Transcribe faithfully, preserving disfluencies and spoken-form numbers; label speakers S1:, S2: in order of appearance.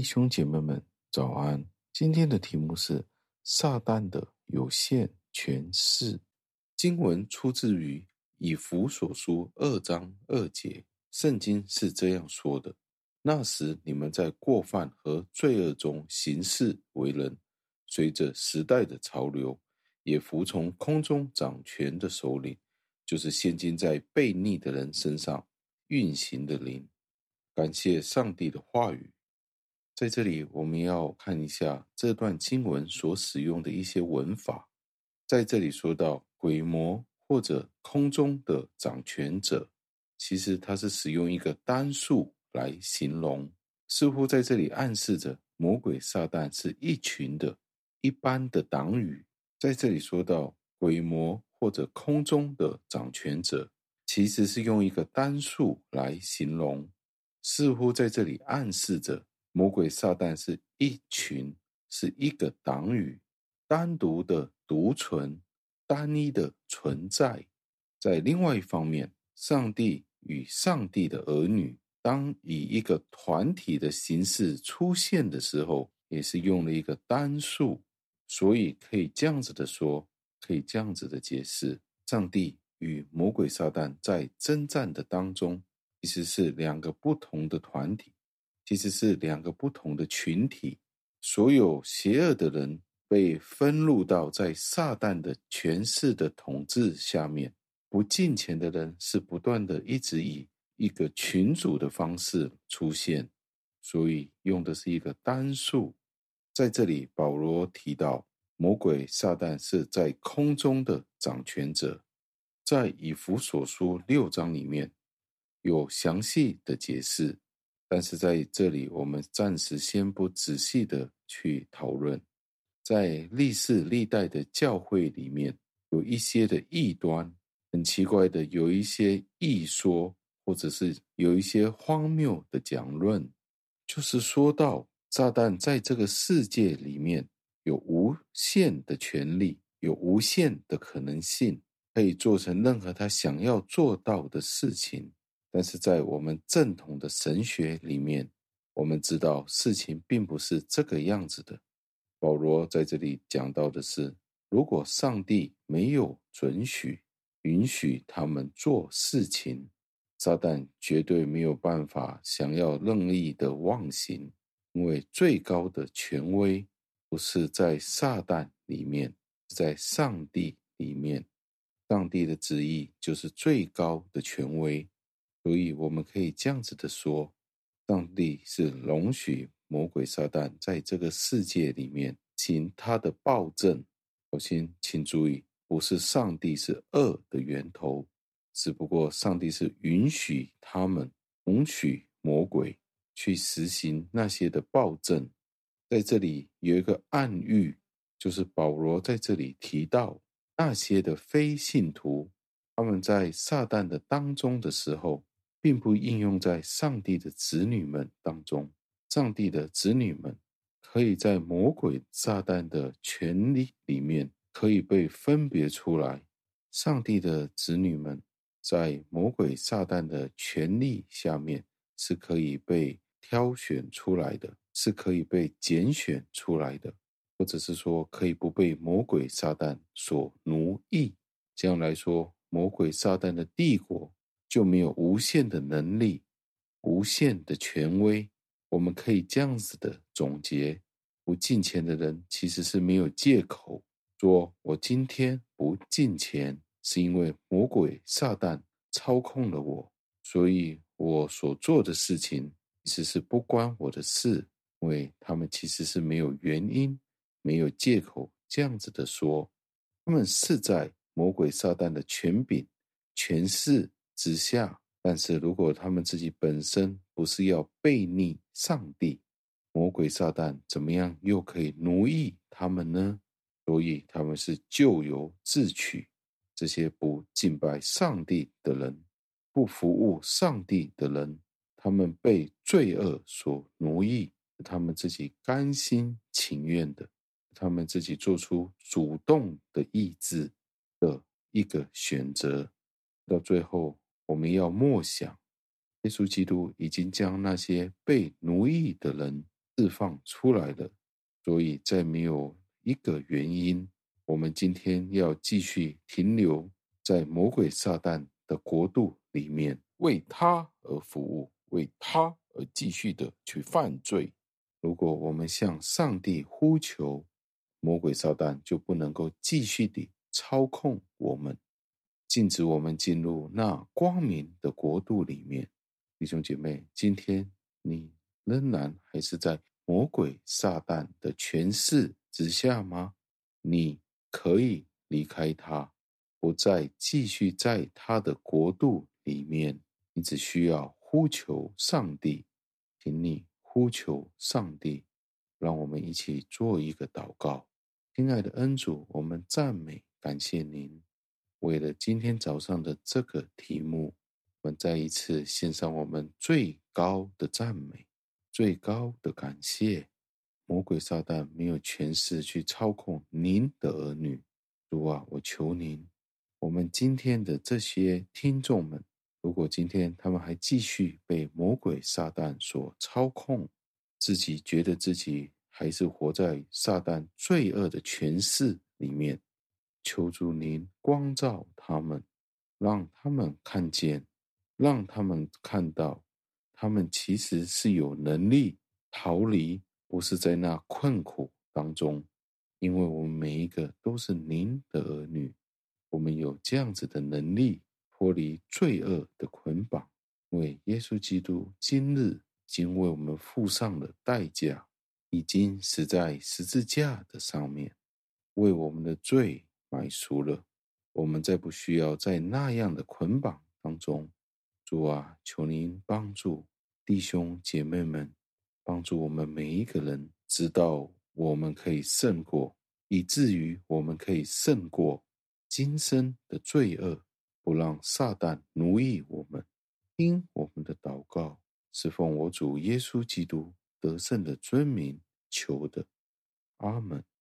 S1: 兄姐妹们，早安！今天的题目是撒旦的有限权势。经文出自于以弗所书二章二节，圣经是这样说的：那时你们在过犯和罪恶中行事为人，随着时代的潮流，也服从空中掌权的首领，就是现今在悖逆的人身上运行的灵。感谢上帝的话语。在这里我们要看一下这段经文所使用的一些文法。在这里说到鬼魔或者空中的掌权者，其实它是使用一个单数来形容，似乎在这里暗示着魔鬼撒旦是一群的一般的党羽。在这里说到鬼魔或者空中的掌权者，其实是用一个单数来形容，似乎在这里暗示着魔鬼撒旦是一群，是一个党羽，单独的独存，单一的存在。在另外一方面，上帝与上帝的儿女当以一个团体的形式出现的时候，也是用了一个单数，所以可以这样子的说，可以这样子的解释，上帝与魔鬼撒旦在征战的当中，其实是两个不同的团体，其实是两个不同的群体。所有邪恶的人被分入到在撒旦的权势的统治下面，不敬虔的人是不断的一直以一个群组的方式出现，所以用的是一个单数。在这里保罗提到魔鬼撒旦是在空中的掌权者，在以弗所书六章里面有详细的解释，但是在这里我们暂时先不仔细的去讨论。在历世历代的教会里面，有一些的异端，很奇怪的有一些异说，或者是有一些荒谬的讲论，就是说到撒旦在这个世界里面有无限的权利，有无限的可能性，可以做成任何他想要做到的事情。但是在我们正统的神学里面，我们知道事情并不是这个样子的。保罗在这里讲到的是，如果上帝没有准许允许他们做事情，撒旦绝对没有办法想要任意的妄行，因为最高的权威不是在撒旦里面，是在上帝里面。上帝的旨意就是最高的权威，所以我们可以这样子的说，上帝是容许魔鬼撒旦在这个世界里面行他的暴政。首先请注意，不是上帝是恶的源头，只不过上帝是允许他们，容许魔鬼去实行那些的暴政。在这里有一个暗喻，就是保罗在这里提到那些的非信徒，他们在撒旦的当中的时候，并不应用在上帝的子女们当中。上帝的子女们可以在魔鬼撒旦的权力里面可以被分别出来，上帝的子女们在魔鬼撒旦的权力下面是可以被挑选出来的，是可以被拣选出来的，或者是说可以不被魔鬼撒旦所奴役。这样来说，魔鬼撒旦的帝国就没有无限的能力，无限的权威。我们可以这样子的总结，不敬虔的人其实是没有借口说我今天不敬虔是因为魔鬼撒旦操控了我，所以我所做的事情其实是不关我的事，因为他们其实是没有原因，没有借口这样子的说，他们是在魔鬼撒旦的权柄权势之下。但是如果他们自己本身不是要悖逆上帝，魔鬼撒旦怎么样又可以奴役他们呢？所以他们是咎由自取。这些不敬拜上帝的人，不服务上帝的人，他们被罪恶所奴役，他们自己甘心情愿的，他们自己做出主动的意志的一个选择。到最后我们要默想，耶稣基督已经将那些被奴役的人释放出来了。所以再没有一个原因，我们今天要继续停留在魔鬼撒旦的国度里面，为他而服务，为他而继续的去犯罪。如果我们向上帝呼求，魔鬼撒旦就不能够继续地操控我们，禁止我们进入那光明的国度里面。弟兄姐妹，今天你仍然还是在魔鬼撒旦的权势之下吗？你可以离开他，不再继续在他的国度里面。你只需要呼求上帝，请你呼求上帝。让我们一起做一个祷告。亲爱的恩主，我们赞美感谢您，为了今天早上的这个题目，我们再一次献上我们最高的赞美，最高的感谢。魔鬼撒旦没有权势去操控您的儿女。主啊，我求您，我们今天的这些听众们，如果今天他们还继续被魔鬼撒旦所操控，自己觉得自己还是活在撒旦罪恶的权势里面，求主您光照他们，让他们看见，让他们看到，他们其实是有能力逃离，不是在那困苦当中。因为我们每一个都是您的儿女，我们有这样子的能力脱离罪恶的捆绑，因为耶稣基督今日已经为我们付上了代价，已经死在十字架的上面，为我们的罪买赎了。我们再不需要在那样的捆绑当中。主啊，求您帮助弟兄姐妹们，帮助我们每一个人知道我们可以胜过，以至于我们可以胜过今生的罪恶，不让撒旦奴役我们。听我们的祷告，是奉我主耶稣基督得胜的尊名求的。阿们。